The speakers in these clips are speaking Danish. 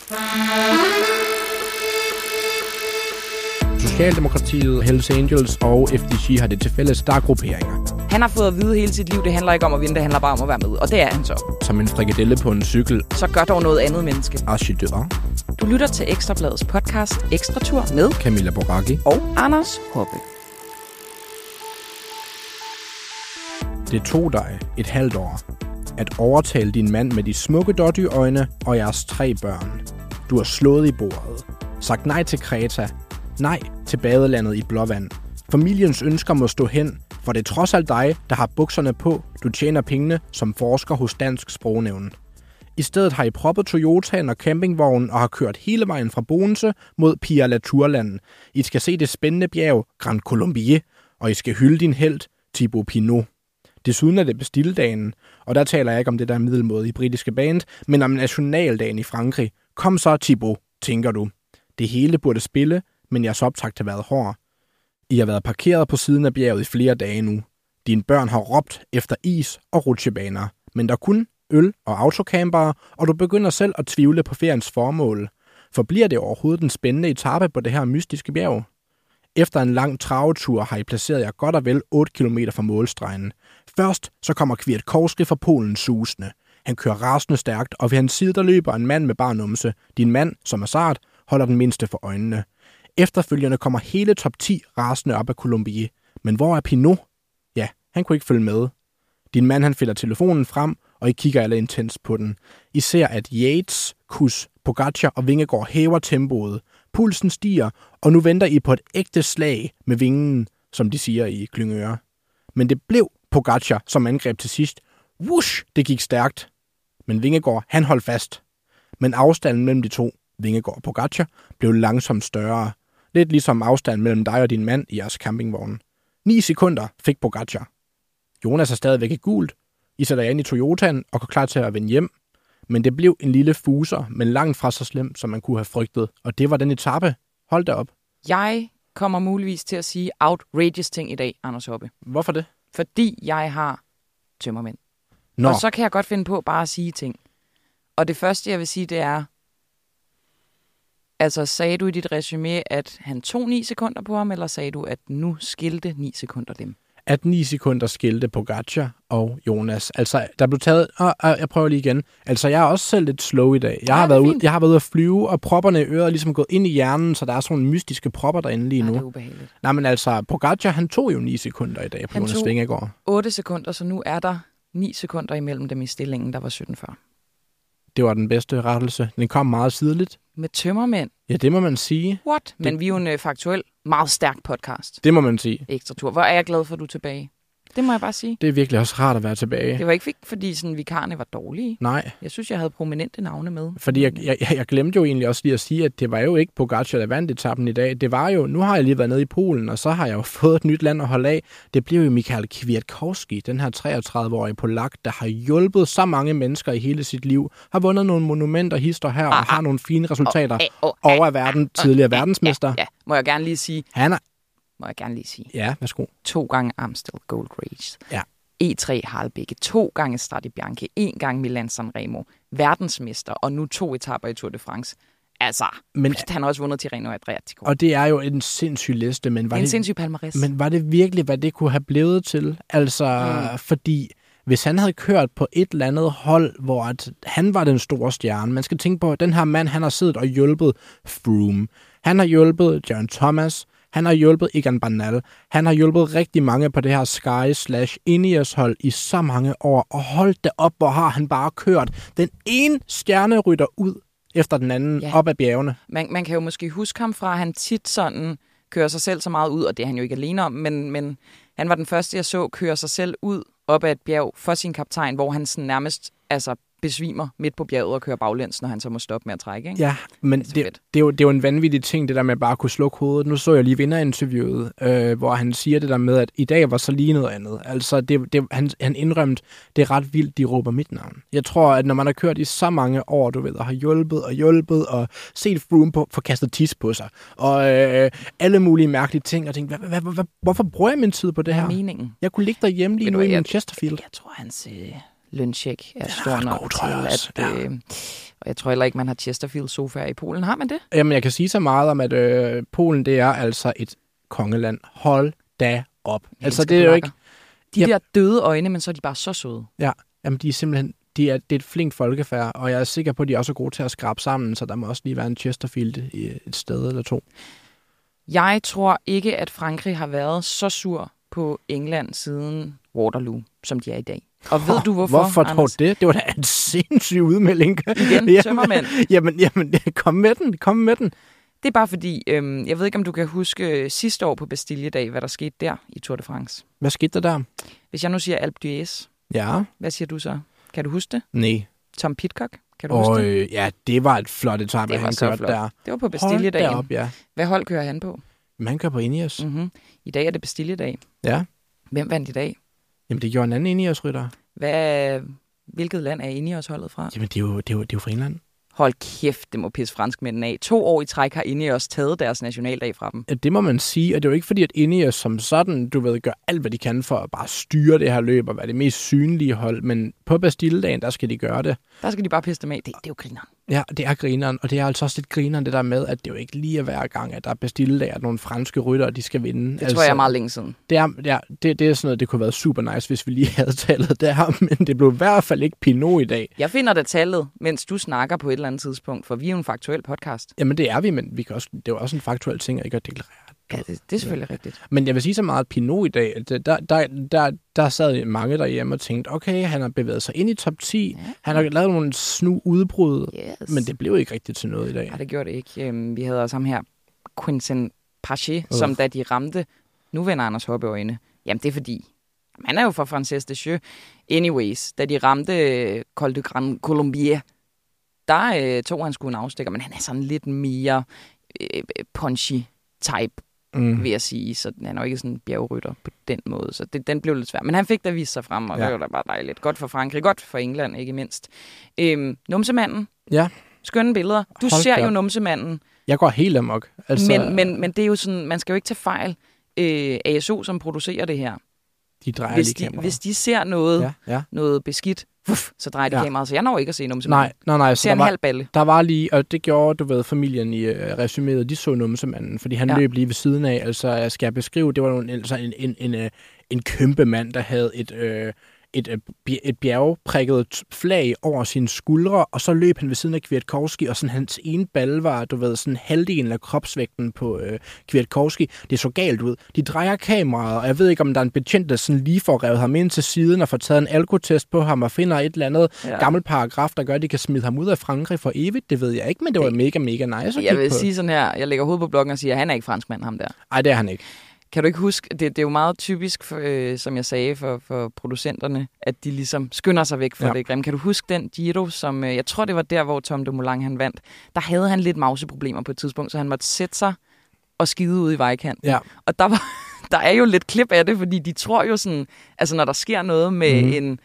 Socialdemokratiet, Hells Angels og FDC har det til fælles, der er grupperinger. Han har fået at vide hele sit liv, det handler ikke om at vinde, det handler bare om at være med. Og det er han så. Som en frikadelle på en cykel. Så gør dog noget andet menneske. Archidør. Du lytter til Ekstra Bladets podcast Ekstra Tur med Camilla Boracchi og Anders Hoppe. Det tog dig et halvt år at overtale din mand med de smukke dådyrøjne og jeres 3 børn. Du har slået i bordet, sagt nej til Kreta, nej til badelandet i Blåvand. Familiens ønsker må stå hen, for det er trods alt dig, der har bukserne på. Du tjener pengene som forsker hos Dansk Sprognævn. I stedet har I proppet Toyotaen og campingvognen og har kørt hele vejen fra Bogense mod Pia La Tourland. I skal se det spændende bjerg Grand Colombier, og I skal hylde din helt Thibaut Pinot. Desuden er det Bastilledagen, og der taler jeg ikke om det der middelmådige britiske band, men om nationaldagen i Frankrig. Kom så, Thibaut, tænker du. Det hele burde spille, men jeres optakt har været hård. I har været parkeret på siden af bjerget i flere dage nu. Dine børn har råbt efter is og rutsjebaner, men der er kun øl og autocampere, og du begynder selv at tvivle på feriens formål. For bliver det overhovedet en spændende etape på det her mystiske bjerg? Efter en lang travetur har I placeret jer godt og vel 8 km fra målstregen. Først så kommer Kwiatkowski fra Polen susende. Han kører rasende stærkt, og ved hans side der løber en mand med bar numse. Din mand, som er sart, holder den mindste for øjnene. Efterfølgende kommer hele top 10 rasende op af Colombier. Men hvor er Pinot? Ja, han kunne ikke følge med. Din mand han finder telefonen frem, og I kigger alle intens på den. I ser, at Yates, Kuss, Pogačar og Vingegaard hæver tempoet. Pulsen stiger, og nu venter I på et ægte slag med vingen, som de siger i Klyngøre. Men det blev Pogačar, som angreb til sidst. Whoosh, det gik stærkt. Men Vingegaard, han holdt fast. Men afstanden mellem de to, Vingegaard og Pogačar, blev langsomt større. Lidt ligesom afstanden mellem dig og din mand i jeres campingvogn. 9 sekunder fik Pogačar. Jonas er stadigvæk i gult. I sætter jer ind i Toyotaen og går klar til at vende hjem. Men det blev en lille fuser, men langt fra så slemt, som man kunne have frygtet. Og det var den etape. Hold da op. Jeg kommer muligvis til at sige outrageous ting i dag, Anders Hoppe. Hvorfor det? Fordi jeg har tømmermænd. Nå. Og så kan jeg godt finde på bare at sige ting. Og det første, jeg vil sige, det er... Altså, sagde du i dit resumé, at han tog 9 sekunder på ham, eller sagde du, at nu skilte 9 sekunder dem? At 9 sekunder skilte Pogačar og Jonas. Altså, der blev taget... jeg prøver lige igen. Altså, jeg er også selv lidt slow i dag. Jeg har været ude at flyve, og propperne i øret er ligesom gået ind i hjernen, så der er sådan nogle mystiske propper derinde lige nu. Det er ubehageligt. Nej, men altså, Pogačar, han tog jo 9 sekunder i dag på Jonas Vingegaard. 8 sekunder, så nu er der 9 sekunder imellem dem i stillingen, der var 17 før. Det var den bedste rettelse. Den kom meget sideligt. Med tømmermænd? Ja, det må man sige. What? Men vi er jo en faktuel, meget stærk podcast. Det må man sige. Ekstra tur. Hvor er jeg glad for, at du er tilbage. Det må jeg bare sige. Det er virkelig også rart at være tilbage. Det var ikke fordi sådan, vikarerne var dårlige. Nej. Jeg synes, jeg havde prominente navne med. Fordi jeg glemte jo egentlig også lige at sige, at det var jo ikke Pogačar, der vandt etappen i dag. Det var jo, nu har jeg lige været nede i Polen, og så har jeg jo fået et nyt land at holde af. Det blev jo Michael Kwiatkowski, den her 33-årige polak, der har hjulpet så mange mennesker i hele sit liv, har vundet nogle monumenter, hister her, og har nogle fine resultater, og er tidligere verdensmester. Ja. Må jeg gerne lige sige... Må jeg gerne lige sige. Ja, værsgo. 2 gange Amstel Gold Race. Ja. E3 Harlebække. 2 gange Strade Bianche. 1 gang Milan Sanremo. Verdensmester. Og nu 2 etaper i Tour de France. Altså, men han har også vundet Tirreno Adriatico. Og det er jo en sindssyg liste. Men var en sindssyg palmares. Men var det virkelig, hvad det kunne have blevet til? Altså, fordi... Hvis han havde kørt på et eller andet hold, hvor at han var den store stjerne. Man skal tænke på, at den her mand, han har siddet og hjulpet Froome. Han har hjulpet Geraint Thomas. Han har hjulpet Egan Bernal. Han har hjulpet rigtig mange på det her Sky/Ineos-hold i så mange år. Og holdt det op, hvor har han bare kørt den ene stjernerytter ud efter den anden op ad bjergene. Man kan jo måske huske ham fra, at han tit sådan kører sig selv så meget ud, og det er han jo ikke alene om, men han var den første, jeg så køre sig selv ud op ad et bjerg for sin kaptajn, hvor han sådan nærmest besvimer midt på bjerget og kører baglæns, når han så må stoppe med at trække. Ikke? Ja, men det er jo en vanvittig ting, det der med at bare kunne slukke hovedet. Nu så jeg lige vinderinterviewet, hvor han siger det der med, at i dag var så lige noget andet. Altså, han indrømte, det er ret vildt, de råber mit navn. Jeg tror, at når man har kørt i så mange år, du ved, og har hjulpet og set Froome få kastet tis på sig, og alle mulige mærkelige ting, og tænkte, hvorfor bruger jeg min tid på det her? Meningen. Jeg kunne ligge derhjemme lige nu i min Chesterfield. Jeg tror, hans løncheck er stor nok til, at... Og jeg tror heller ikke, man har Chesterfield-sofaer i Polen. Har man det? Jamen, jeg kan sige så meget om, at Polen, det er altså et kongeland. Hold da op. Altså, det er jo ikke... De der døde øjne, men så er de bare så søde. Ja, jamen de er simpelthen... Det er et flinkt folkefærd, og jeg er sikker på, at de er også gode til at skrabe sammen, så der må også lige være en Chesterfield i et sted eller to. Jeg tror ikke, at Frankrig har været så sur på England siden Waterloo, som de er i dag. Og ved du hvorfor, Hvorfor tror du det? Det var da en sindssyg udmelding. Igen, tømmermænd. Jamen, kom med den. Det er bare fordi, jeg ved ikke, om du kan huske sidste år på Bastilledag, hvad der skete der i Tour de France. Hvad skete der? Hvis jeg nu siger Alpe d'Huez, hvad siger du så? Kan du huske det? Nej. Tom Pidcock, kan du huske det? Ja, det var et flot etape, han kørte der. Det var på Bastilledagen. Ja. Hvad hold kører han på? Han kører på Ineos. Mm-hmm. I dag er det Bastilledag. Ja. Hvem vandt i dag? Jamen, det gjorde en anden Ineos-rytter. Hvilket land er Ineos-holdet fra? Jamen, det er jo fra England. Hold kæft, det må pisse franskmændene af. 2 år i træk har Ineos taget deres nationaldag fra dem. Ja, det må man sige, og det er jo ikke fordi, at Ineos som sådan, gør alt, hvad de kan for at bare styre det her løb og være det mest synlige hold, men på Bastilledagen, der skal de gøre det. Der skal de bare pisse dem af. Det er jo grineren. Ja, det er grineren, og det er altså også lidt grineren, det der med, at det jo ikke lige er hver gang, at der er Bastilledag, at nogle franske ryttere, de skal vinde. Det tror jeg er meget længe siden. Det er sådan noget, det kunne have været super nice, hvis vi lige havde tallet der, men det blev i hvert fald ikke Pinot i dag. Jeg finder det tallet, mens du snakker på et eller andet tidspunkt, for vi er jo en faktuel podcast. Jamen det er vi, men vi kan også, det er jo også en faktuel ting at ikke at deklarere. Ja, det er selvfølgelig rigtigt. Men jeg vil sige så meget, at Pinot i dag, der sad mange derhjemme og tænkte, okay, han har bevæget sig ind i top 10, han har lavet nogle snu udbrud, men det blev ikke rigtigt til noget i dag. Nej, det gjorde det ikke. Vi havde også ham her, Quentin Paché, som da de ramte, nu vender Anders Hoppe øjne. Jamen det er fordi, han er jo fra Frances Deschamps. Anyways, da de ramte Col du Grand Colombier, der tog han sgu en afstikker, men han er sådan lidt mere punchy type, vil jeg sige. Så han er jo ikke sådan en bjergrytter på den måde. Så den blev lidt svær. Men han fik da vist sig frem, og det var da bare dejligt. Godt for Frankrig, godt for England, ikke mindst. Numsemanden. Ja. Skønne billeder. Du ser jo Numsemanden. Jeg går helt amok. Altså... Men det er jo sådan, man skal jo ikke tage fejl. ASO, som producerer det her. De drejer lige kameraet. Hvis de ser noget beskidt, så drejer de kameraet, så jeg når ikke at se Numsemanden. Nej. Så en halv balle. Der var lige, og det gjorde, familien i resuméet, de så Numsemanden, fordi han løb lige ved siden af. Altså, skal jeg beskrive, det var en kæmpe mand, der havde et bjergprikket flag over sine skuldre, og så løb han ved siden af Kwiatkowski, og sådan hans ene balle var, sådan halvdelen af kropsvægten på Kwiatkowski. Det så galt ud. De drejer kameraet, og jeg ved ikke, om der er en betjent, der sådan lige får revet ham ind til siden og får taget en alkotest på ham og finder et eller andet gammel paragraf, der gør, at de kan smide ham ud af Frankrig for evigt. Det ved jeg ikke, men det var mega, mega nice. Jeg vil sige sådan her, jeg lægger hovedet på blokken og siger, at han er ikke franskmand, ham der. Nej, det er han ikke. Kan du ikke huske, det er jo meget typisk, som jeg sagde, for producenterne, at de ligesom skynder sig væk fra det grimme. Kan du huske den Giro, som jeg tror, det var der, hvor Tom Dumoulin han vandt? Der havde han lidt mauseproblemer på et tidspunkt, så han måtte sætte sig og skide ud i vejkanten. Ja. Og der er jo lidt klip af det, fordi de tror jo sådan, altså når der sker noget med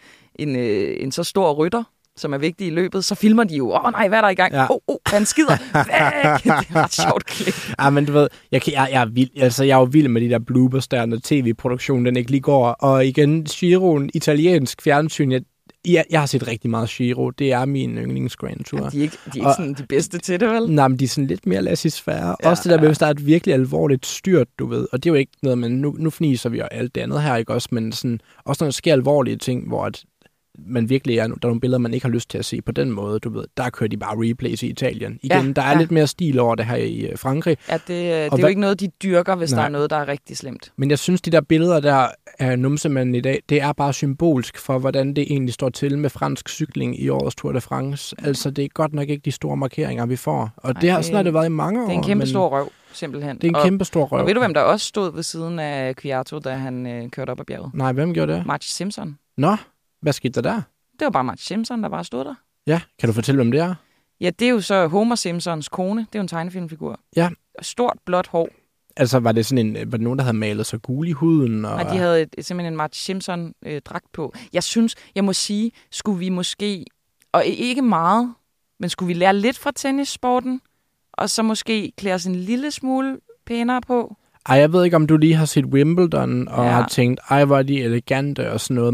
en så stor rytter, som er vigtig i løbet, så filmer de jo, nej, hvad er der i gang? Han skider. Det er ret sjovt klip. Ja, men du ved, jeg er vild. Altså, jeg er jo vild med de der bloopers der, når tv-produktionen den ikke lige går. Og igen, Giroen, italiensk fjernsyn, jeg har set rigtig meget Giro. Det er min yndlingsgrandtour. Ja, de er ikke sådan de bedste til det, vel? Nej, men de er sådan lidt mere laissez-faire. Også det der med, hvis der er et virkelig alvorligt styrt, du ved. Og det er jo ikke noget, men nu fniser vi og alt det andet her, ikke også? Men sådan, også når der sker alvorlige ting, hvor man virkelig der er nogle billeder, man ikke har lyst til at se på den måde, du ved. Der kører de bare replays i Italien. Igen, der er lidt mere stil over det her i Frankrig. Ja, det er jo ikke noget, de dyrker, hvis der er noget, der er rigtig slemt. Men jeg synes, de der billeder der af Numsemanden i dag, det er bare symbolsk for, hvordan det egentlig står til med fransk cykling i årets Tour de France. Altså, det er godt nok ikke de store markeringer, vi får. Og det har sådan det været i mange år. Det er en kæmpe stor røv, simpelthen. Det er en kæmpe stor røv. Og ved du, hvem der også stod ved siden af Kwiato, da han kørte op ad bjerget? Nej, hvem gjorde det? Marge Simpson. Nå, hvad skete der? Det var bare Marge Simpson, der bare stod der. Ja, kan du fortælle, hvem det er? Ja, det er jo så Homer Simpsons kone. Det er jo en tegnefilmfigur. Ja. Stort, blåt hår. Altså, var det nogen, der havde malet sig gul i huden? Og... Nej, de havde simpelthen en Marge Simpson-dragt på. Jeg må sige, skulle vi måske, og ikke meget, men skulle vi lære lidt fra tennissporten, og så måske klæde os en lille smule pænere på? Ej, jeg ved ikke, om du lige har set Wimbledon, og har tænkt, hvor er de elegante og sådan noget, men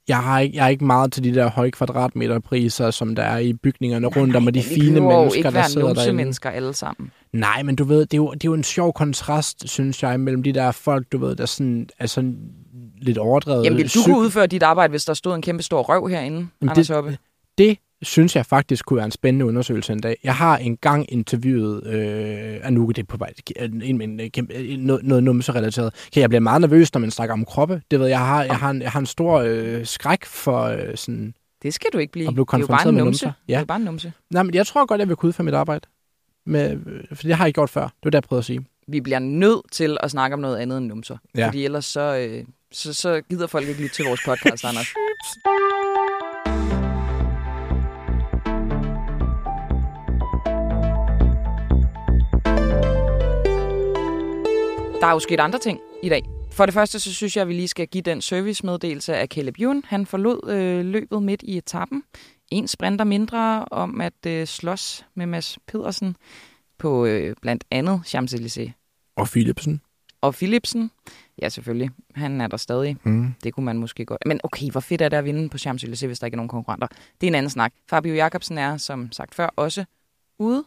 jeg er ikke meget til de der høje kvadratmeterpriser, som der er i bygningerne rundt om, og de fine mennesker, der sidder derinde. Mennesker alle sammen. Nej, men du ved, det er jo en sjov kontrast, synes jeg, mellem de der folk, du ved, der sådan, er sådan lidt overdrevet. Jamen, vil du kunne udføre dit arbejde, hvis der stod en kæmpe stor røv herinde, Anders Hoppe? Det synes jeg faktisk kunne være en spændende undersøgelse en dag. Jeg har engang interviewet, nu er det på vej, noget numse-relateret. Jeg bliver meget nervøs, når man snakker om kroppe. Det ved jeg, jeg har en stor skræk for sådan... Det skal du ikke blive. At blive konfronteret med numser. Ja. Det er bare en numse. Nej, men jeg tror godt, jeg vil kunne udføre mit arbejde. For det har jeg gjort før. Det var det, jeg prøvede at sige. Vi bliver nødt til at snakke om noget andet end numser. Ja. Fordi ellers så gider folk ikke lytte til vores podcast, Anders. Der er jo sket andre ting i dag. For det første, så synes jeg, at vi lige skal give den servicemeddelelse af Caleb Ewan. Han forlod løbet midt i etappen. En sprinter mindre om at slås med Mads Pedersen på blandt andet Champs-Élysées. Og Philipsen. Ja, selvfølgelig. Han er der stadig. Det kunne man måske godt. Men okay, hvor fedt er det at vinde på Champs-Élysées, hvis der ikke er nogen konkurrenter? Det er en anden snak. Fabio Jakobsen er, som sagt før, også ude.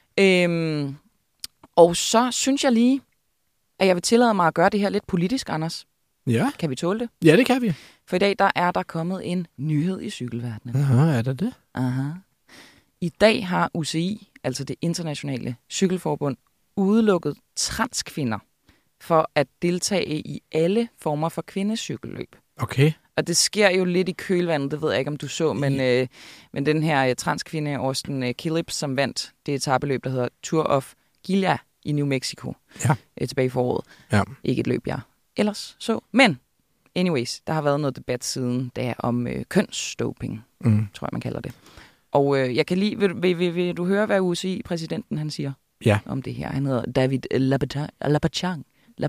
Og så synes jeg lige, at jeg vil tillade mig at gøre det her lidt politisk, Anders. Ja. Kan vi tåle det? Ja, det kan vi. For i dag er der kommet en nyhed i cykelverdenen. Aha, er der det? Aha. I dag har UCI, altså det internationale cykelforbund, udelukket transkvinder for at deltage i alle former for kvindecykelløb. Okay. Og det sker jo lidt i kølvandet, det ved jeg ikke, om du så, men den her transkvinde, Austin Killip, som vandt det etapeløb, der hedder Tour of Gila i New Mexico tilbage i foråret. Ja. Ikke et løb, jeg ellers så. Men anyways, der har været noget debat siden da om kønsdoping, tror jeg, man kalder det. Og jeg kan lige, vil du høre, hvad UCI-præsidenten han siger om det her? Han hedder David Lapachang.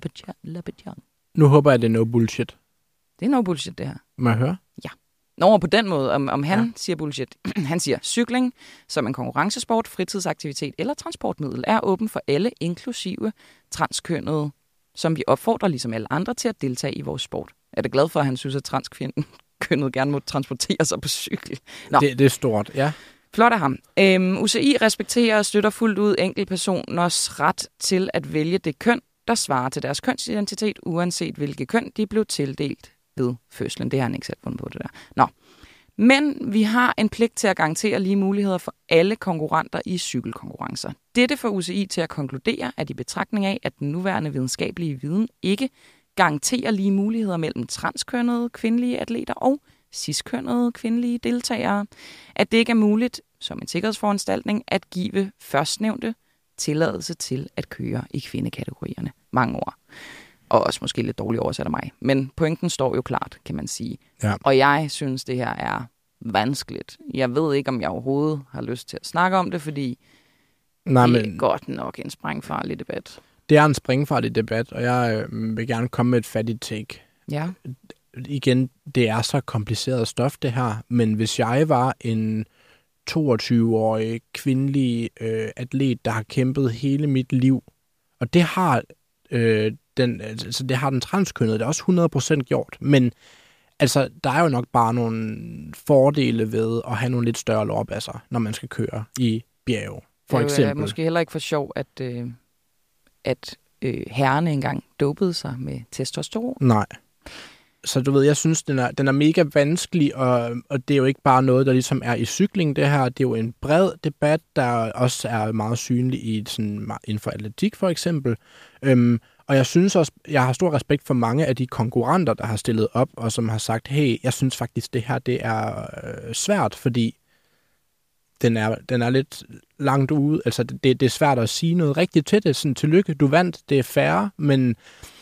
Nu håber jeg, det er no bullshit. Det er no bullshit, det her. Må jeg høre? Ja. Nå, på den måde, om han siger bullshit. Han siger, cykling som en konkurrencesport, fritidsaktivitet eller transportmiddel er åben for alle, inklusive transkønnede, som vi opfordrer, ligesom alle andre, til at deltage i vores sport. Er du glad for, at han synes, at transkønnet gerne må transportere sig på cykel? Nå. Det er stort, ja. Flot af ham. UCI respekterer og støtter fuldt ud enkeltpersoners ret til at vælge det køn, der svarer til deres kønsidentitet, uanset hvilket køn de blev tildelt ved fødslen. Det har han ikke selv fundet på, det der. Nå. Men vi har en pligt til at garantere lige muligheder for alle konkurrenter i cykelkonkurrencer. Dette får UCI til at konkludere, at i betragtning af, at den nuværende videnskabelige viden ikke garanterer lige muligheder mellem transkønnede kvindelige atleter og ciskønnede kvindelige deltagere, at det ikke er muligt, som en sikkerhedsforanstaltning, at give førstnævnte tilladelse til at køre i kvindekategorierne. Mange ord. Og også måske lidt dårligt oversat af mig. Men pointen står jo klart, kan man sige. Ja. Og jeg synes, det her er vanskeligt. Jeg ved ikke, om jeg overhovedet har lyst til at snakke om det, fordi det er godt nok en sprængfarlig debat. Det er en sprængfarlig debat, og jeg vil gerne komme med et fattigt take. Ja. Igen, det er så kompliceret stof, det her. Men hvis jeg var en 22-årig kvindelig atlet, der har kæmpet hele mit liv, og det har det har den transkønnede, det er også 100% gjort, men altså, der er jo nok bare nogle fordele ved at have nogle lidt større lårbasser, når man skal køre i bjerge, for eksempel. Det er måske heller ikke for sjov, at herrerne engang dopede sig med testosteron. Nej. Så du ved, jeg synes, den er mega vanskelig, og det er jo ikke bare noget, der ligesom er i cykling, det her. Det er jo en bred debat, der også er meget synlig inden for atletik, for eksempel. Og jeg synes også, jeg har stor respekt for mange af de konkurrenter, der har stillet op, og som har sagt, hey, jeg synes faktisk, det her det er svært, fordi den er lidt langt ude. Altså, det er svært at sige noget rigtigt til det. Sådan, tillykke, du vandt, det er fair, men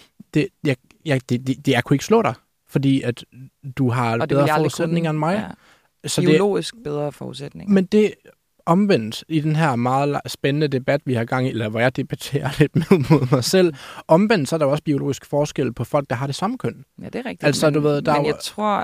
jeg kunne ikke slå dig, fordi at du har bedre forudsætninger end mig. Ja. Så biologisk bedre forudsætninger. Men det omvendt i den her meget spændende debat, vi har gang i, eller hvor jeg debatterer lidt mod mig selv, omvendt så er der også biologisk forskel på folk, der har det samme køn. Ja, det er rigtigt. Altså, men, du ved, men jeg tror,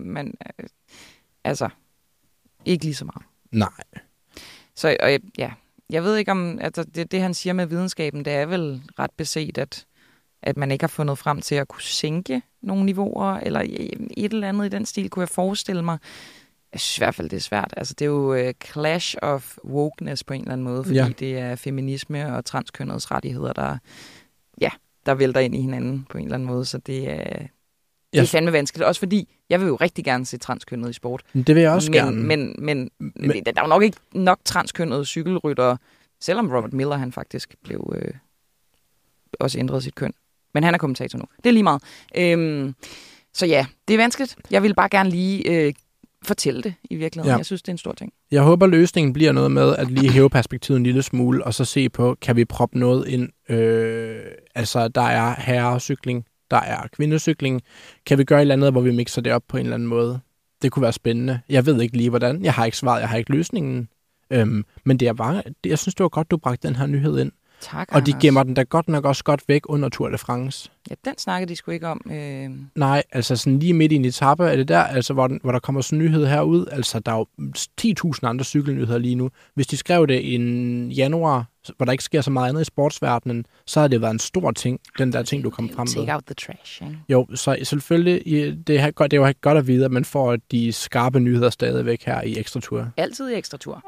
ikke lige så meget. Nej. Så jeg ved ikke om, altså det han siger med videnskaben, det er vel ret beset, at man ikke har fundet frem til at kunne sænke nogle niveauer, eller et eller andet i den stil, kunne jeg forestille mig. Jeg synes i hvert fald, det er svært. Altså, det er jo clash of wokeness på en eller anden måde, fordi det er feminisme og transkønnedes rettigheder, der vælter ind i hinanden på en eller anden måde, så det er... Det er fandme vanskeligt, også fordi jeg vil jo rigtig gerne se transkønnet i sport. Det vil jeg også gerne. Men der er jo nok ikke nok transkønnede cykelryttere, selvom Robert Miller han faktisk blev også ændret sit køn. Men han er kommentator nu. Det er lige meget. Så ja, det er vanskeligt. Jeg vil bare gerne lige fortælle det i virkeligheden. Ja. Jeg synes, det er en stor ting. Jeg håber, løsningen bliver noget med at lige hæve perspektivet en lille smule, og så se på, kan vi proppe noget ind. Altså, der er herrecykling, der er kvindecykling. Kan vi gøre et eller andet, hvor vi mixer det op på en eller anden måde? Det kunne være spændende. Jeg ved ikke lige, hvordan. Jeg har ikke svaret, jeg har ikke løsningen. Men det er bare, jeg synes, det var godt, du bragte den her nyhed ind. Tak, og de gemmer den da godt nok også godt væk under Tour de France. Ja, den snakker de sgu ikke om. Nej, altså sådan lige midt i en etape er det der, altså hvor der kommer sådan en nyhed herud. Altså, der er jo 10.000 andre cykelnyheder lige nu. Hvis de skrev det i januar, hvor der ikke sker så meget andet i sportsverdenen, så har det været en stor ting, den der ting, du kom frem med. Take out the trash, ikke? Jo, så selvfølgelig, det er jo godt at vide, at man får de skarpe nyheder stadigvæk her i Ekstra Tour. Altid i Ekstra Tour.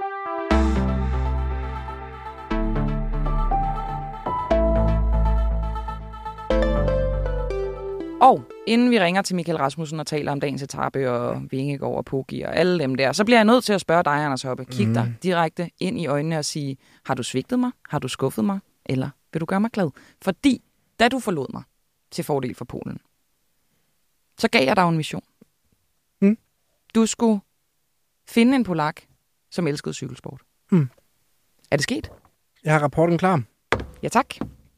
Og inden vi ringer til Michael Rasmussen og taler om dagens etape og Vingegaard og Poggi og alle dem der, så bliver jeg nødt til at spørge dig, Anders Hoppe. Kig dig direkte ind i øjnene og sige, har du svigtet mig? Har du skuffet mig? Eller vil du gøre mig glad? Fordi da du forlod mig til fordel for Polen, så gav jeg dig en mission. Du skulle finde en polak, som elskede cykelsport. Er det sket? Jeg har rapporten klar. Ja, tak.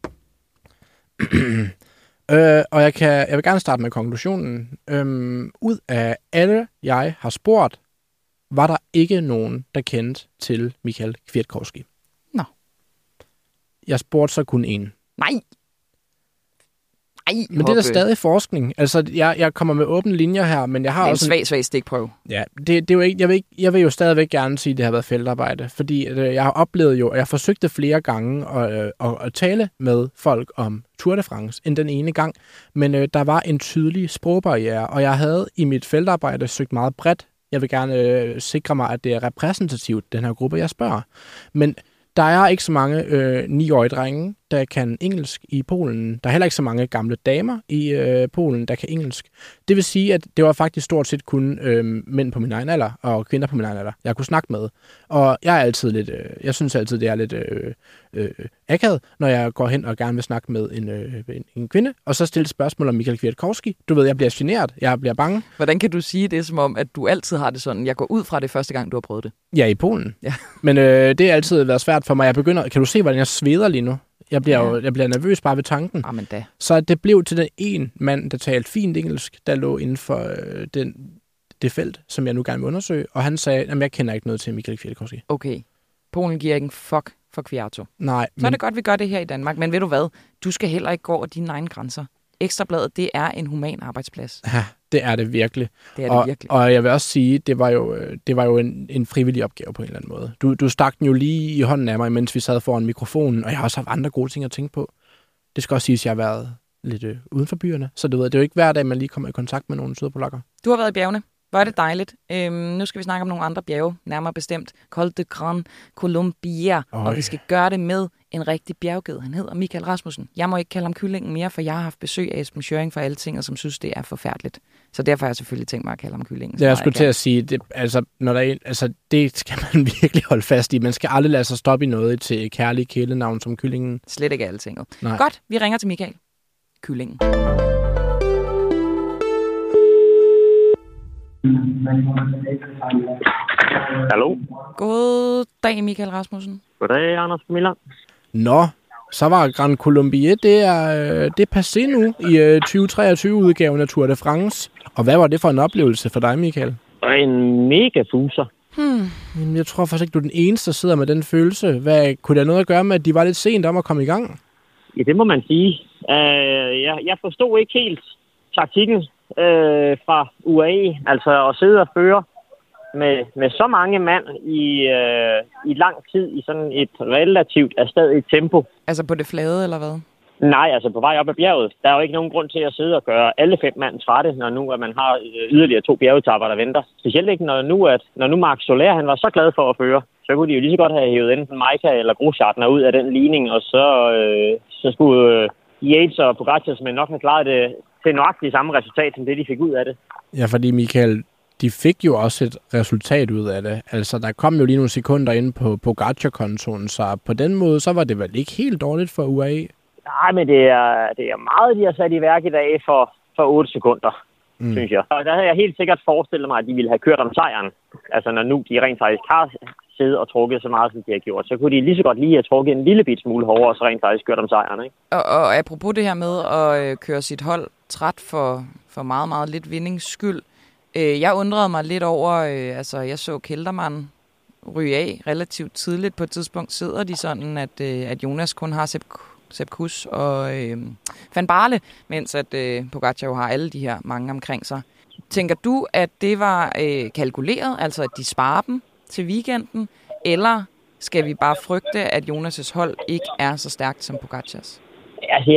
Og jeg vil gerne starte med konklusionen. Ud af alle, jeg har spurgt, var der ikke nogen, der kendte til Michael Kwiatkowski. Nå. Jeg spurgte så kun en. Nej. Men det er da stadig forskning. Altså, jeg kommer med åbne linjer her, men jeg har også... Det er en svag stikprøve. Ja, det er jo ikke... Jeg vil jo stadigvæk gerne sige, at det har været feltarbejde, fordi jeg har oplevet jo, og jeg forsøgte flere gange at tale med folk om Tour de France end den ene gang, men der var en tydelig sprogbarriere, og jeg havde i mit feltarbejde søgt meget bredt. Jeg vil gerne sikre mig, at det er repræsentativt, den her gruppe, jeg spørger. Men der er ikke så mange 9-årige drenge, der kan engelsk i Polen. Der er heller ikke så mange gamle damer i Polen, der kan engelsk. Det vil sige, at det var faktisk stort set kun mænd på min egen alder og kvinder på min egen alder, jeg kunne snakke med. Og jeg synes altid, det er lidt akavet, når jeg går hen og gerne vil snakke med en kvinde, og så stille spørgsmål om Michael Kwiatkowski. Du ved, jeg bliver generet, jeg bliver bange. Hvordan kan du sige det, som om, at du altid har det sådan? Jeg går ud fra det første gang, du har prøvet det. Ja, i Polen. Ja. Men det har altid været svært for mig. Kan du se, hvordan jeg sveder lige nu? Jeg bliver nervøs bare ved tanken. Amen da. Så det blev til den ene mand, der talte fint engelsk, der lå inden for det felt, som jeg nu gerne vil undersøge. Og han sagde, at jeg kender ikke noget til Michael Kwiatkowski. Okay. Polen giver ikke en fuck for Kwiato. Nej. Så er det godt, vi gør det her i Danmark. Men ved du hvad? Du skal heller ikke gå over dine egne grænser. Ekstrabladet, det er en human arbejdsplads. Ja, det er det virkelig. Det er det virkelig. Og jeg vil også sige, det var jo en frivillig opgave på en eller anden måde. Du stak den jo lige i hånden af mig, mens vi sad foran mikrofonen, og jeg har også haft andre gode ting at tænke på. Det skal også siges, at jeg har været lidt uden for byerne, så det er jo ikke hver dag, man lige kommer i kontakt med nogle søde polakker. Du har været i bjergene. Hvor er det dejligt. Nu skal vi snakke om nogle andre bjerge, nærmere bestemt Col de Gran Colombier, og vi skal gøre det med en rigtig bjergged. Han hedder Michael Rasmussen. Jeg må ikke kalde ham Kyllingen mere, for jeg har haft besøg af Esben Schøring for alle ting, og som synes, det er forfærdeligt. Så derfor har jeg selvfølgelig tænkt mig at kalde ham Kyllingen. Jeg skulle til at sige, det skal man virkelig holde fast i. Man skal aldrig lade sig stoppe i noget til kærlige kælenavn som Kyllingen. Slet ikke altinget. Godt, vi ringer til Michael. Kyllingen. Hallo. Goddag, Michael Rasmussen. Goddag, Anders Miller. Nå, så var Gran Colombier, det er passé nu i 2023-udgaven af Tour de France. Og hvad var det for en oplevelse for dig, Michael? En mega fuser. Jeg tror faktisk ikke, du er den eneste, der sidder med den følelse. Kunne der noget at gøre med, at de var lidt sent om at komme i gang? Ja, det må man sige. Jeg forstod ikke helt taktikken fra UAE, altså at sidde og føre med så mange mand i lang tid i sådan et relativt afstadigt tempo. Altså på det flade, eller hvad? Nej, altså på vej op ad bjerget, der er jo ikke nogen grund til at sidde og gøre alle 5 mand trætte, når nu at man har yderligere 2 bjergetapper, der venter. Specielt ikke, når nu Marc Soler, han var så glad for at føre. Så kunne de jo lige så godt have hævet enten Majka eller Grosjean ud af den ligning, og så skulle Yates og Pogacar som nok have klaret det til nøjagtigt samme resultat, som det de fik ud af det. Ja, fordi Michael, de fik jo også et resultat ud af det. Altså, der kom jo lige nogle sekunder ind på Pogacar-kontoen, så på den måde, så var det vel ikke helt dårligt for UAE? Nej, men det er meget, de har sat i værk i dag for 8 sekunder, synes jeg. Og der havde jeg helt sikkert forestillet mig, at de ville have kørt om sejren. Altså, når nu de rent faktisk har siddet og trukket så meget, som de har gjort, så kunne de lige så godt lige have trukket en lille bit smule hårdere, og så rent faktisk kørt om sejren, ikke? Og apropos det her med at køre sit hold træt for meget, meget lidt vindings skyld. Jeg undrede mig lidt over, jeg så Kelderman ryge af relativt tidligt. På et tidspunkt sidder de sådan, at Jonas kun har Sepp Kuss og Van Baarle, mens at Pogacar jo har alle de her mange omkring sig. Tænker du, at det var kalkuleret, altså at de sparer dem til weekenden, eller skal vi bare frygte, at Jonas' hold ikke er så stærkt som Pogacars? Altså,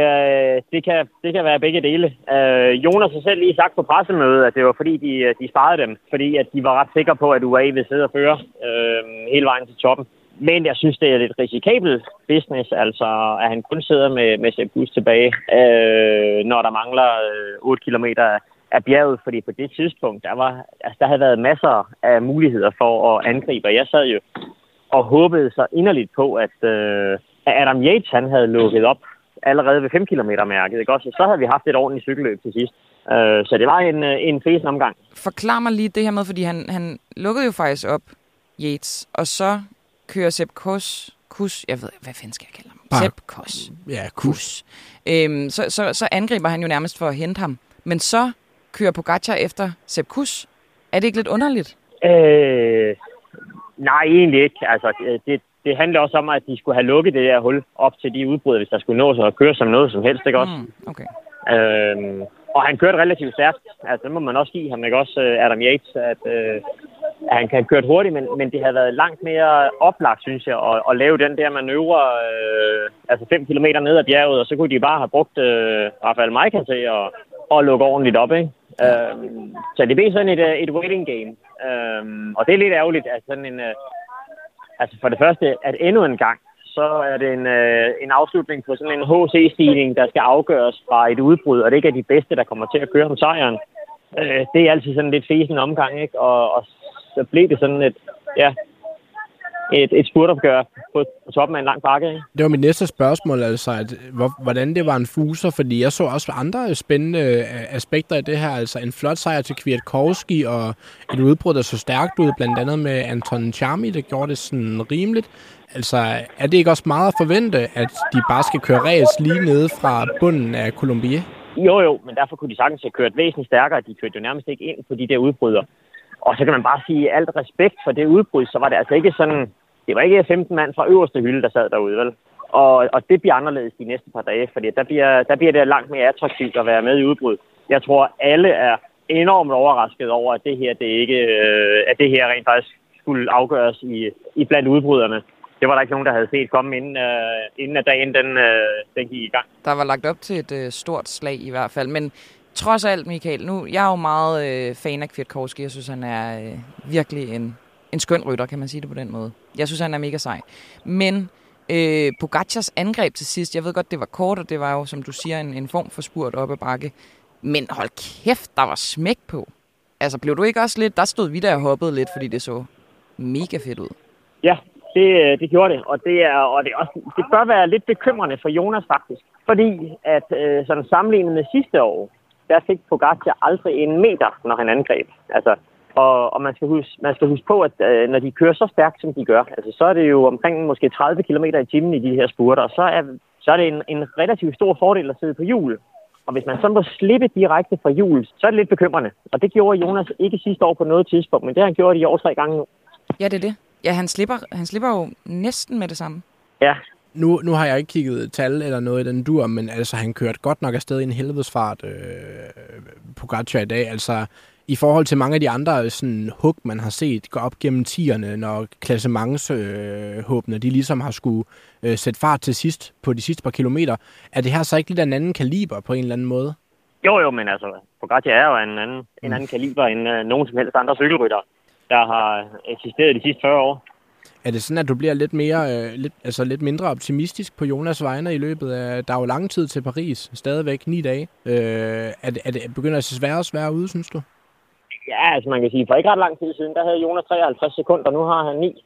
det kan være begge dele. Jonas har selv lige sagt på pressemødet, at det var fordi, de sparede dem, fordi at de var ret sikre på, at UAE vil sidde og føre hele vejen til toppen. Men jeg synes, det er lidt risikabel business, altså at han kun sidder med Sepp Kuss tilbage, når der mangler 8 kilometer af bjerget, fordi på det tidspunkt, der havde været masser af muligheder for at angribe. Jeg sad jo og håbede så inderligt på, at Adam Yates, han havde lukket op allerede ved 5 kilometer-mærket, ikke også? Så havde vi haft et ordentligt cykelløb til sidst. Så det var en fesen omgang. Forklar mig lige det her med, fordi han lukkede jo faktisk op, Yates, og så kører Sepp Kuss, jeg ved, hvad fanden skal jeg kalde ham? Sepp Kuss. Ja, Kuss. Så angriber han jo nærmest for at hente ham. Men så kører Pogacar efter Sepp Kuss. Er det ikke lidt underligt? Nej, egentlig ikke. Altså, det handler også om, at de skulle have lukket det der hul op til de udbrud, hvis der skulle nås at køre som noget som helst, ikke også? Okay. Og han kørte relativt stærkt. Altså, det må man også give ham, ikke også, Adam Yates, at han kan køre hurtigt, men det havde været langt mere oplagt, synes jeg, at lave den der manøvre, 5 kilometer ned ad bjerget, og så kunne de bare have brugt Rafael Majka til at lukke ordentligt op, ikke? Så det blev sådan et waiting game. Og det er lidt ærgerligt, at sådan en... for det første, at endnu en gang, så er det en afslutning på sådan en HC-stigning, der skal afgøres fra et udbrud, og det ikke er de bedste, der kommer til at køre om sejren. Det er altid sådan lidt fesen omgang, ikke? Og så blev det sådan et spurtopgør på toppen af en lang bakke, ikke? Det var mit næste spørgsmål, altså, hvordan det var en fuser, fordi jeg så også andre spændende aspekter i det her, altså en flot sejr til Kwiatkowski og et udbrud, der så stærkt ud, blandt andet med Anton Charmi, der gjorde det sådan rimeligt. Altså, er det ikke også meget at forvente, at de bare skal køre ræs lige nede fra bunden af Colombier? Jo, men derfor kunne de sagtens have kørt væsentligt stærkere. De kørte jo nærmest ikke ind på de der udbryder. Og så kan man bare sige, alt respekt for det udbrud, så var det altså ikke sådan... Det var ikke 15 mand fra øverste hylde, der sad derude, vel? Og det bliver anderledes de næste par dage, fordi der bliver det langt mere attraktivt at være med i udbrud. Jeg tror, alle er enormt overrasket over, at det her, at det her rent faktisk skulle afgøres i blandt udbryderne. Det var der ikke nogen, der havde set komme inden at dagen den gik i gang. Der var lagt op til et stort slag i hvert fald, men trods alt, Michael, nu jeg er jo meget fan af Kwiatkowski. Jeg synes, han er virkelig en skøn rytter, kan man sige det på den måde. Jeg synes, han er mega sej. Men Pogacars angreb til sidst, jeg ved godt, det var kort, og det var jo, som du siger, en form for spurt op ad bakke. Men hold kæft, der var smæk på. Altså, blev du ikke også lidt... Der stod vi der og hoppede lidt, fordi det så mega fedt ud. Ja, det gjorde det. Og det bør være lidt bekymrende for Jonas, faktisk. Fordi at sådan sammenlignet med sidste år, der fik Pogacar aldrig en meter, når han angreb. Altså, og man skal huske på, at når de kører så stærkt, som de gør, altså, så er det jo omkring måske 30 km i timen i de her spurter, og så er det en relativt stor fordel at sidde på hjul. Og hvis man så må slippe direkte fra hjul, så er det lidt bekymrende. Og det gjorde Jonas ikke sidste år på noget tidspunkt, men det har han gjort i år 3 gange nu. Ja, det er det. Ja, han slipper jo næsten med det samme. Ja. Nu har jeg ikke kigget tal eller noget i den dur, men altså han kørte godt nok afsted i en helvedesfart Pogacar i dag. Altså I forhold til mange af de andre sådan, hug, man har set gå op gennem tierne, når klassementshåbene, de ligesom har skulle sætte fart til sidst på de sidste par kilometer. Er det her så ikke lidt af en anden kaliber på en eller anden måde? Jo, men altså, Pogacar er jo en anden kaliber end nogen som helst andre cykelrytter, der har eksisteret de sidste 40 år. Er det sådan, at du bliver lidt mindre optimistisk på Jonas vegne i løbet af... Der er jo lang tid til Paris, stadigvæk 9 dage. Er det begynder at se sværere og sværere ud, synes du? Ja, altså man kan sige, for ikke ret lang tid siden, der havde Jonas 53 sekunder, nu har han 9.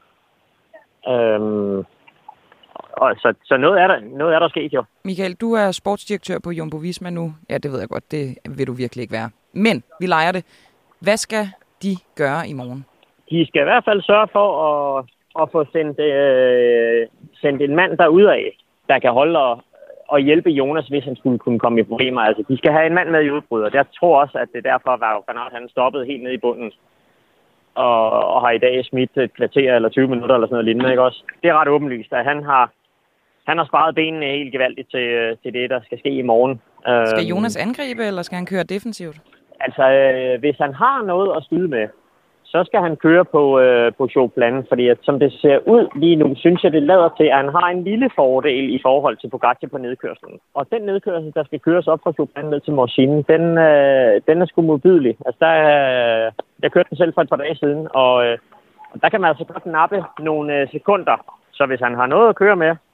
Og så noget er der sket jo. Michael, du er sportsdirektør på Jumbo Visma nu. Ja, det ved jeg godt, det vil du virkelig ikke være. Men vi leger det. Hvad skal de gøre i morgen? De skal i hvert fald sørge for at få sendt en mand derudad, der kan holde og hjælpe Jonas, hvis han skulle kunne komme i problemer. Altså, de skal have en mand med i udbrud, og jeg tror også, at det derfor var Bernard, han stoppede helt ned i bunden. Og har i dag smidt et kvarter eller 20 minutter eller sådan noget lignende, ikke også? Det er ret åbenlyst, at han har sparet benene helt gevaldigt til det, der skal ske i morgen. Skal Jonas angribe, eller skal han køre defensivt? Altså, hvis han har noget at skyde med, så skal han køre på showplanen, fordi at, som det ser ud lige nu, synes jeg, det lader til, at han har en lille fordel i forhold til Pogacar på nedkørslen. Og den nedkørsel, der skal køres op fra showplanen ned til Morcine, den er sgu modbydelig. Altså, jeg kørte den selv for et par dage siden, og der kan man altså godt nappe nogle sekunder. Så hvis han har noget at køre med,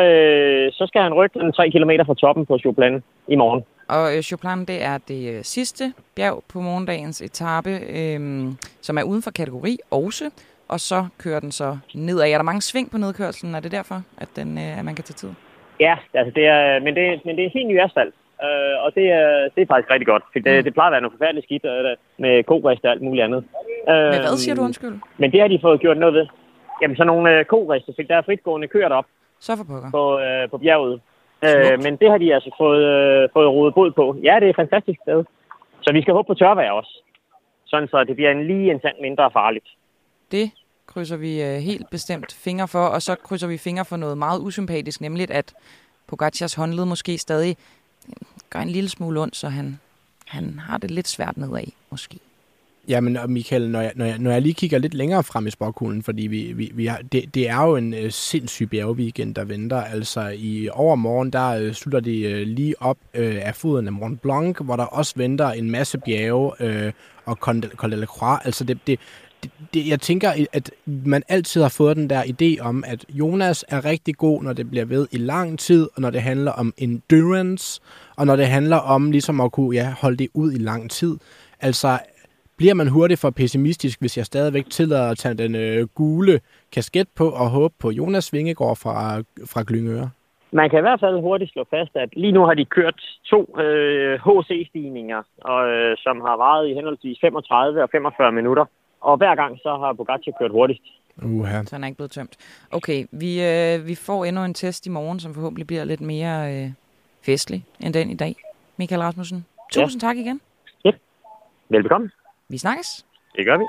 så skal han rykke den 3 kilometer fra toppen på showplanen i morgen. Og Chopin, det er det sidste bjerg på morgendagens etape, som er uden for kategori også, og så kører den så nedad. Er der mange sving på nedkørslen? Er det derfor, at man kan tage tid? Ja, altså men det er helt ny asfalt, og det er faktisk rigtig godt. Det plejer at være noget forfærdeligt skidt med korist og alt muligt andet. Men hvad siger du, undskyld? Men det har de fået gjort noget ved. Jamen, så nogle korist fik der fritgående kørt op så for pokker. På bjerget. Men det har de altså fået rodet bod på. Ja, det er et fantastisk sted. Så vi skal håbe på tørvejr også. Sådan så det bliver en tand mindre farligt. Det krydser vi helt bestemt fingre for. Og så krydser vi fingre for noget meget usympatisk. Nemlig at Pogacars håndled måske stadig gør en lille smule ondt. Så han har det lidt svært nedad måske. Jamen, Michael, når jeg lige kigger lidt længere frem i sporkuglen, fordi vi har, det er jo en sindssyg bjergweekend, der venter. Altså, i overmorgen, der slutter de lige op af foden af Mont Blanc, hvor der også venter en masse bjerge og Col de la Croix. Altså, jeg tænker, at man altid har fået den der idé om, at Jonas er rigtig god, når det bliver ved i lang tid, og når det handler om endurance, og når det handler om ligesom at kunne holde det ud i lang tid. Altså, bliver man hurtigt for pessimistisk, hvis jeg stadigvæk tillader at tage den gule kasket på og håbe på Jonas Vingegaard fra Glyngøre? Man kan i hvert fald hurtigt slå fast, at lige nu har de kørt 2 HC-stigninger, som har varet i henholdsvis 35 og 45 minutter. Og hver gang så har Pogacar kørt hurtigst. Så han er ikke blevet tømt. Okay, vi får endnu en test i morgen, som forhåbentlig bliver lidt mere festlig end den i dag. Michael Rasmussen, tusind tak igen. Ja, velbekomme. Vi snakkes. Det gør vi.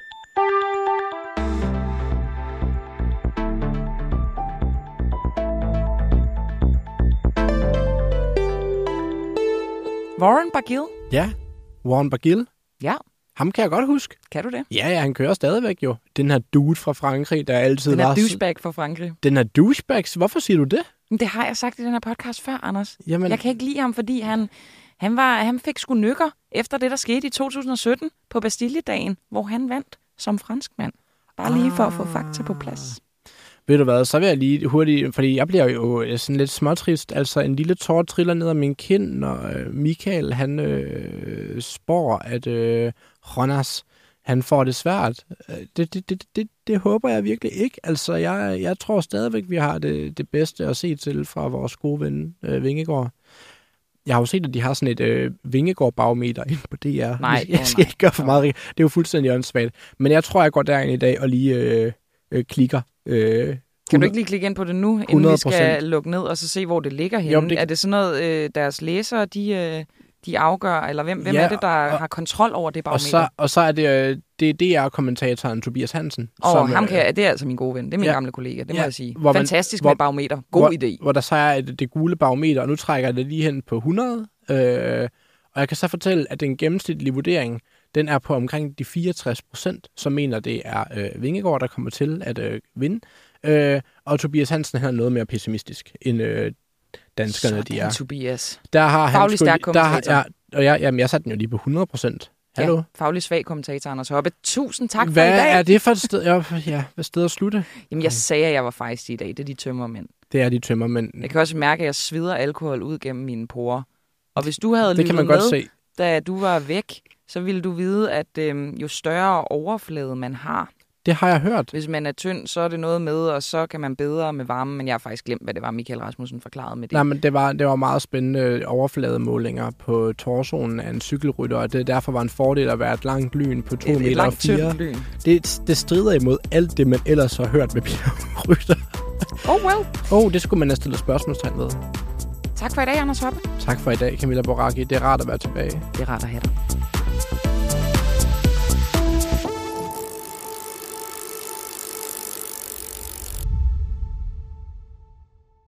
Warren Barguil. Ja, Warren Barguil. Ja. Ham kan jeg godt huske. Kan du det? Ja, han kører stadigvæk jo. Den her dude fra Frankrig, der altid var... Den her douchebag fra Frankrig. Den her douchebag? Hvorfor siger du det? Det har jeg sagt i den her podcast før, Anders. Jamen... Jeg kan ikke lide ham, fordi han fik sgu nykker efter det, der skete i 2017 på Bastilledagen, hvor han vandt som franskmand. Bare lige for at få fakta på plads. Ved du hvad, så vil jeg lige hurtigt, fordi jeg bliver jo sådan lidt småtrist, altså en lille tår triller ned ad min kind, når Michael, han spår, at Jonas, han får det svært. Det håber jeg virkelig ikke. Altså, jeg tror stadigvæk, vi har det bedste at se til fra vores gode ven, Vingegaard. Jeg har jo set, at de har sådan et Vingegaard-barometer inde på DR. Nej, jeg skal ikke gøre for meget. Det er jo fuldstændig åndssvagt. Men jeg tror, jeg går derind i dag og lige klikker. Kan du ikke lige klikke ind på det nu, inden 100%. Vi skal lukke ned og så se, hvor det ligger henne? Jo, er det sådan noget, deres læsere, de afgør, eller hvem er det, der har kontrol over det barometer? Og så er det DR-kommentatoren Tobias Hansen. Det er altså min gode ven. Det er min gamle kollega, det må jeg sige. Fantastisk med et barometer. God idé. Hvor der så er det gule barometer, og nu trækker jeg det lige hen på 100. Og jeg kan så fortælle, at den gennemsnitlige vurdering, den er på omkring de 64%, som mener, det er Vingegaard, der kommer til at vinde. Og Tobias Hansen han er noget mere pessimistisk end danskerne, sådan, de er. Tobias. Der har han faglig stærk kommentator. Jeg satte den jo lige på 100%. Hallo? Ja, faglig svag kommentator, Anders Hoppe. Tusind tak for hvad i dag. Hvad er det for et sted? Hvad sted at slutte? Jamen, jeg sagde, at jeg var fejst i dag. Det er de tømmermænd. Det er de tømmermænd. Jeg kan også mærke, at jeg svider alkohol ud gennem mine porer. Og hvis du havde det lyttet kan man med, godt se. Da du var væk, så ville du vide, at jo større overflade man har, det har jeg hørt. Hvis man er tynd, så er det noget med, og så kan man bedre med varme, men jeg har faktisk glemt, hvad det var, Michael Rasmussen forklarede med det. Nej, men det var meget spændende overflademålinger på torsonen af en cykelrytter, og det derfor var en fordel at være et langt lyn på 2,4 meter. Langt tyndt lyn. Det strider imod alt det, man ellers har hørt med bjergrytter. Det skulle man have stillet spørgsmålstegn ved. Tak for i dag, Anders Hoppe. Tak for i dag, Camilla Boracchi. Det er rart at være tilbage. Det er rart at have dig.